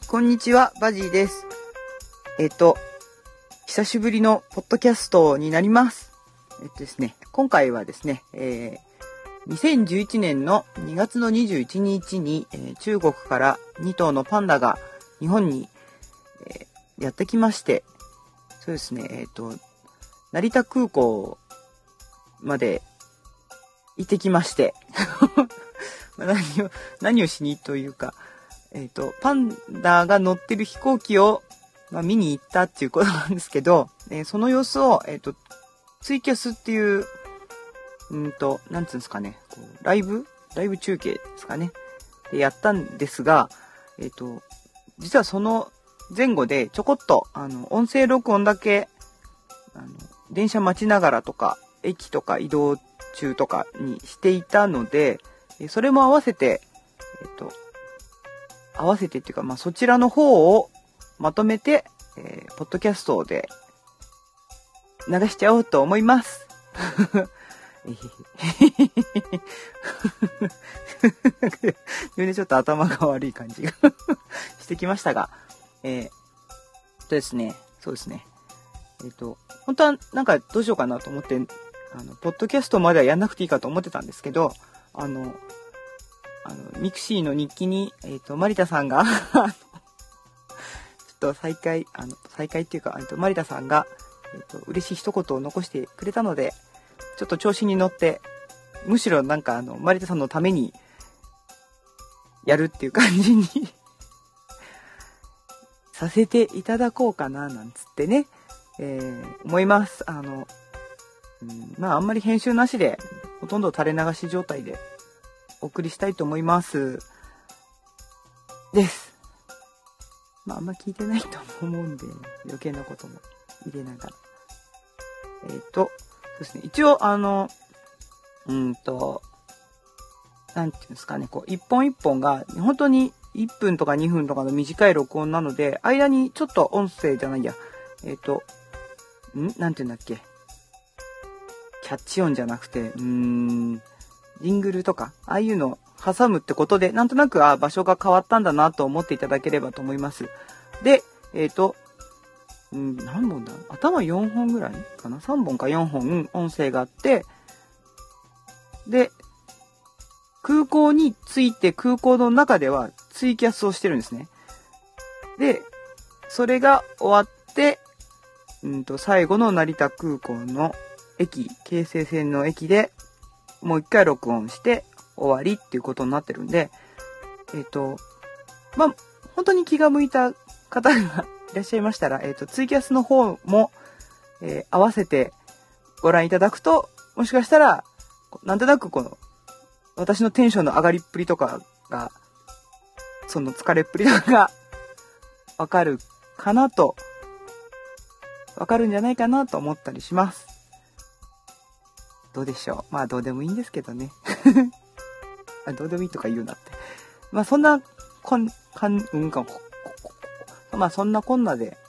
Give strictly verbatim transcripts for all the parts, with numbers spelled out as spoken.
こんにちは、バジーです。えっと、久しぶりのポッドキャストになります。えっとですね、今回はですね、えー、にせんじゅういちねんのにがつのにじゅういちにちに、えー、中国からにとうのパンダが日本に、えー、やってきまして、そうですね、えっと、成田空港まで行ってきまして、何を、何をしにというか、えっと、パンダが乗ってる飛行機を、まあ、見に行ったっていうことなんですけど、えー、その様子を、えっと、ツイキャスっていう、うんと、なんつうんですかね、こうライブライブ中継ですかね。で、やったんですが、えっと、実はその前後でちょこっと、あの、音声録音だけ、あの、電車待ちながらとか、駅とか移動中とかにしていたので、それも合わせて、えっと、合わせてっていうか、まあ、そちらの方をまとめて、えー、ポッドキャストで流しちゃおうと思います。自分でちょっと頭が悪い感じがしてきましたが、えー、とですね、そうですね。えっと、本当はなんかどうしようかなと思って、あの、ポッドキャストまではやんなくていいかと思ってたんですけど、あの、あの、ミクシーの日記に、えっと、マリタさんが、ちょっと再開、あの、再開っていうか、えっと、マリタさんが、えっと、嬉しい一言を残してくれたので、ちょっと調子に乗って、むしろなんかあの、マリタさんのために、やるっていう感じにさせていただこうかな、なんつってね、えー、思います。あの、うん、まあ、あんまり編集なしで、ほとんど垂れ流し状態で、お送りしたいと思います。です。まあ、あんま聞いてないと思うんで、余計なことも入れながら。えっ、ー、と、そうですね。一応、あの、うんと、なんていうんですかね、こう、一本一本が、本当にいっぷんとかにふんとかの短い録音なので、間にちょっと音声じゃないや、えっ、ー、と、んなんていうんだっけ。キャッチ音じゃなくて、うーん、ジングルとか、ああいうのを挟むってことで、なんとなく、あ、場所が変わったんだなと思っていただければと思います。で、えっ、ー、と、うん、何本だ頭よんほんぐらいかな ?さん 本かよんほん音声があって、で、空港に着いて空港の中ではツイキャスをしてるんですね。で、それが終わって、うんと、最後の成田空港の駅、京成線の駅でもう一回録音して終わりっていうことになってるんで、えっと、まあ、本当に気が向いた方がいらっしゃいましたら、えっと、ツイキャスの方も、えー、合わせてご覧いただくと、もしかしたら、なんとなくこの、私のテンションの上がりっぷりとかが、その疲れっぷりとかが、わかるかなと、わかるんじゃないかなと思ったりします。どうでしょう。まあ、どうでもいいんですけどね。あ、どうでもいいとか言うなって。まあ、そんな、こん、かん、うんか、まあ、そんなこんなで、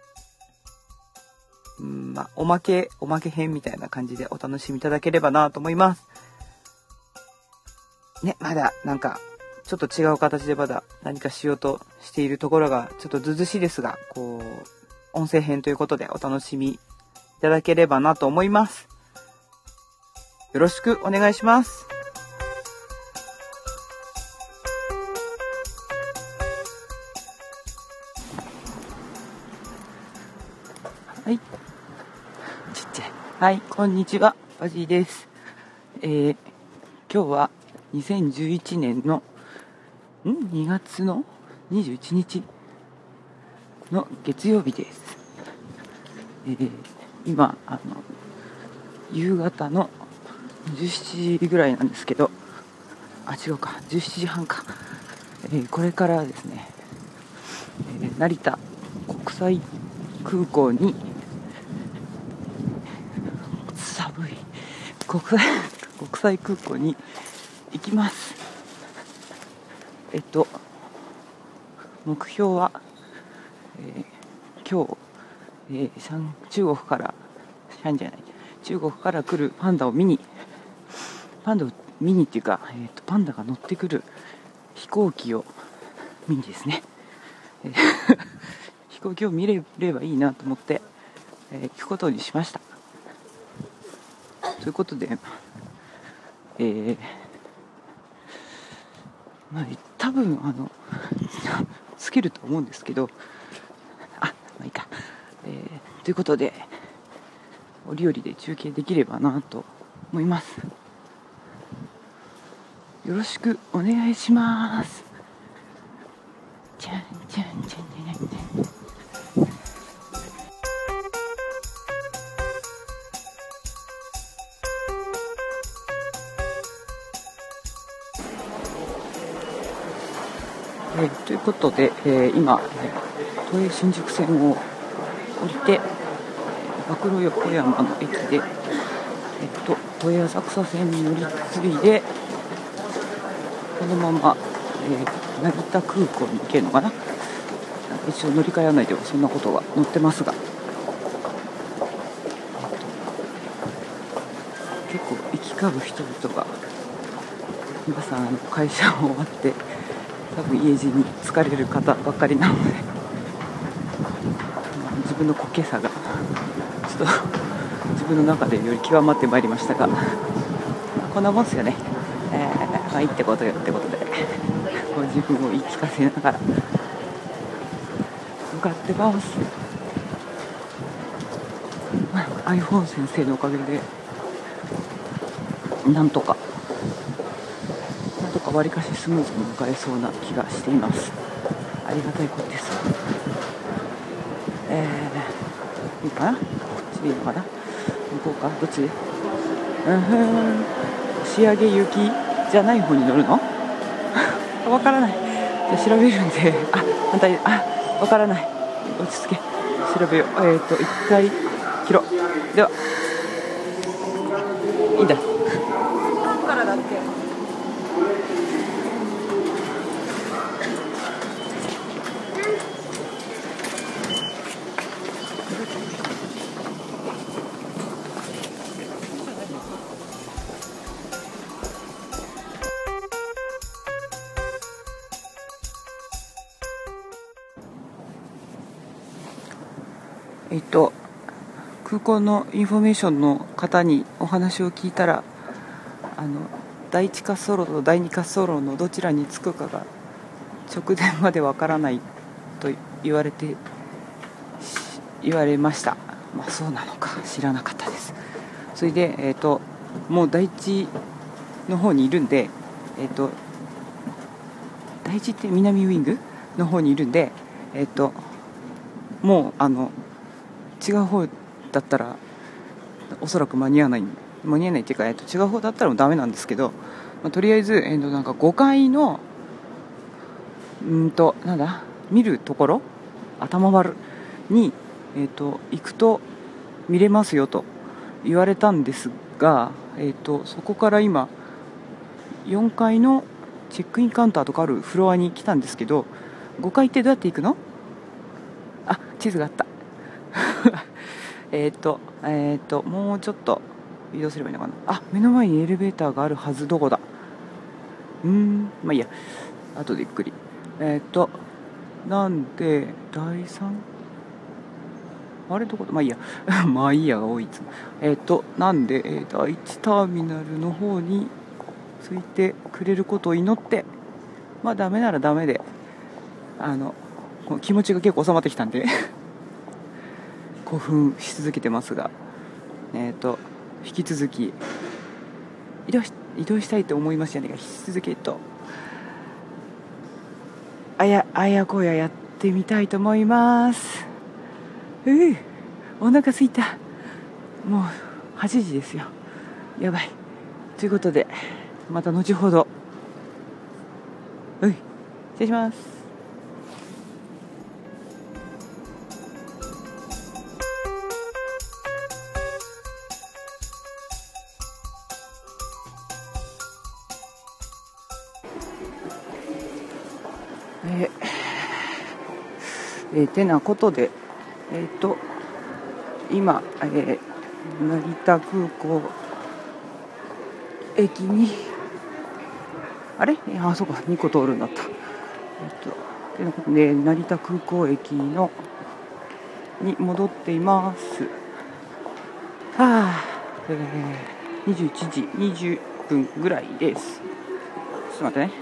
うん、まあ、おまけ、おまけ編みたいな感じでお楽しみいただければなと思います。ね、まだ、なんか、ちょっと違う形でまだ何かしようとしているところが、ちょっとずうずうしいですが、こう、音声編ということでお楽しみいただければなと思います。よろしくお願いします。はい。ちっちゃい。はい、こんにちは。バジーです。えー、今日はにせんじゅういちねんの、ん ?に 月のにじゅういちにちの月曜日です。えー、今、あの、夕方のじゅうしちじぐらいなんですけど、あ、違うか、じゅうしちじはんか。えー、これからですね、えー、成田国際空港に寒い国際国際空港に行きます。えっと目標は、えー、今日、えー、中国からシャンじゃない中国から来るパンダを見にパンダを見にっていうか、えー、とパンダが乗ってくる飛行機を見にですね、 えー飛行機を見れればいいなと思って、えー、行くことにしました。ということで、えーまあ、多分あのつけると思うんですけど、あ、まあいいか、えー、ということで折々で中継できればなと思います。よろしくお願いします。じゃんじゃんじゃんじゃんじゃん。えー、ということで、えー、今、都営新宿線を降りて馬喰横山の駅で、えっと、都営浅草線に乗り継いでこのまま、えー、成田空港に行けるのかな。一応乗り換え案内ではそんなことが載ってますが、えっと、結構行き交う人々が皆さん会社を終わって多分家路に疲れる方ばっかりなので、自分の滑稽さがちょっと自分の中でより極まってまいりましたが、こんなもんですよね。えー、まあいいってことよってことで、こう自分を言い聞かせながら向かってます。 iPhone 先生のおかげでなんとかなんとかわりかしスムーズに向かえそうな気がしています。ありがたいことです。えー、いいかな、こっちでいいのかな、向こうか、どっちで、うんふん、仕上げ行きじゃない方に乗るのわからない。じゃあ調べるんで、あ、反対、あ、わからない、落ち着け、調べよう。えっ、ー、と一回切ろう。では、いいんだ。どこからだっけ。えっと空港のインフォメーションの方にお話を聞いたら、あの第一滑走路と第二滑走路のどちらに着くかが直前までわからないと言われて言われました。まあそうなのか、知らなかったです。それで、えっともう第一の方にいるんで、えっと第一って南ウィングの方にいるんで、えっともうあの違う方だったらおそらく間に合わない間に合わないっていうか、えっと、違う方だったらダメなんですけど、まあ、とりあえず、えっと、なんかごかいのうんとなんだ見るところ、頭丸に、えっと、行くと見れますよと言われたんですが、えっと、そこから今よんかいのチェックインカウンターとかあるフロアに来たんですけど、ごかいってどうやって行くの？あ、地図があったえっとえっともうちょっと移動すればいいのかな。あ、目の前にエレベーターがあるはず。どこだ。うーんまあいいや、後でゆっくり。えっとなんでだいさんあれどこだ、まあいいやまあいいやが多いつ。えっとなんで、えー、だいいちターミナルの方についてくれることを祈って、まあダメならダメで、あのこの気持ちが結構収まってきたんで興奮し続けてますが、えっと引き続き移動し移動したいと思いますじゃねえか。引き続きとあやあやこややってみたいと思います。ううお腹すいた。もうはちじですよ。やばい。ということでまた後ほど。うい失礼します。えー、えー、てなことで、えっ、ー、と今、えー、成田空港駅にあれあそうかにこ通るんだった。えっ、ー、とということで成田空港駅のに戻っています。はあ、えー、にじゅういちじにじゅっぷんぐらいです。ちょっと待ってね。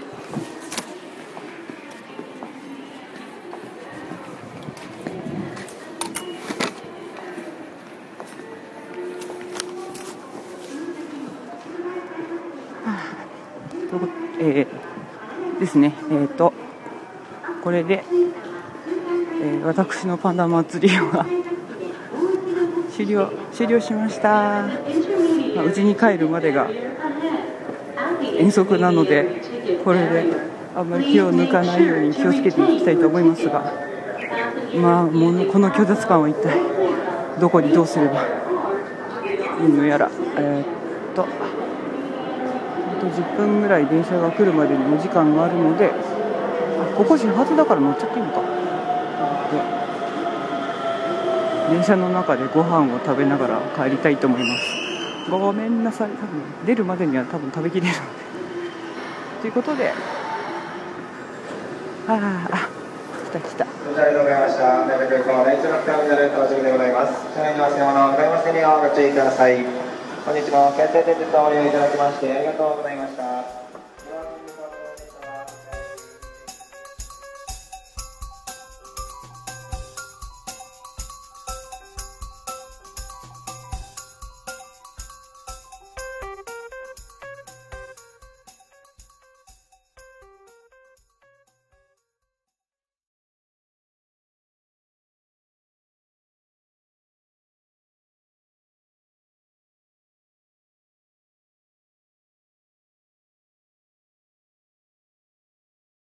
はあ、とえー、ですね。えっとこれで、えー、私のパンダ祭りは終了終了しました。まあ、うちに帰るまでが遠足なので、これであんまり気を抜かないように気をつけていきたいと思いますが、まあもうこの拒絶感は一体どこにどうすればいいのやら。えー、っとあとじゅっぷんぐらい電車が来るまでにお時間があるので、あここ始発だから乗っちゃっていいのか。で電車の中でご飯を食べながら帰りたいと思います。ごめんなさい、多分出るまでには多分食べきれるのでということで、ああ来た来た。 ありがとうございました。成田空港連絡ターミナル到着でございます。車内の忘れ物をございませんようご注意ください。本日も京成電鉄をご利用いただきましてありがとうございました。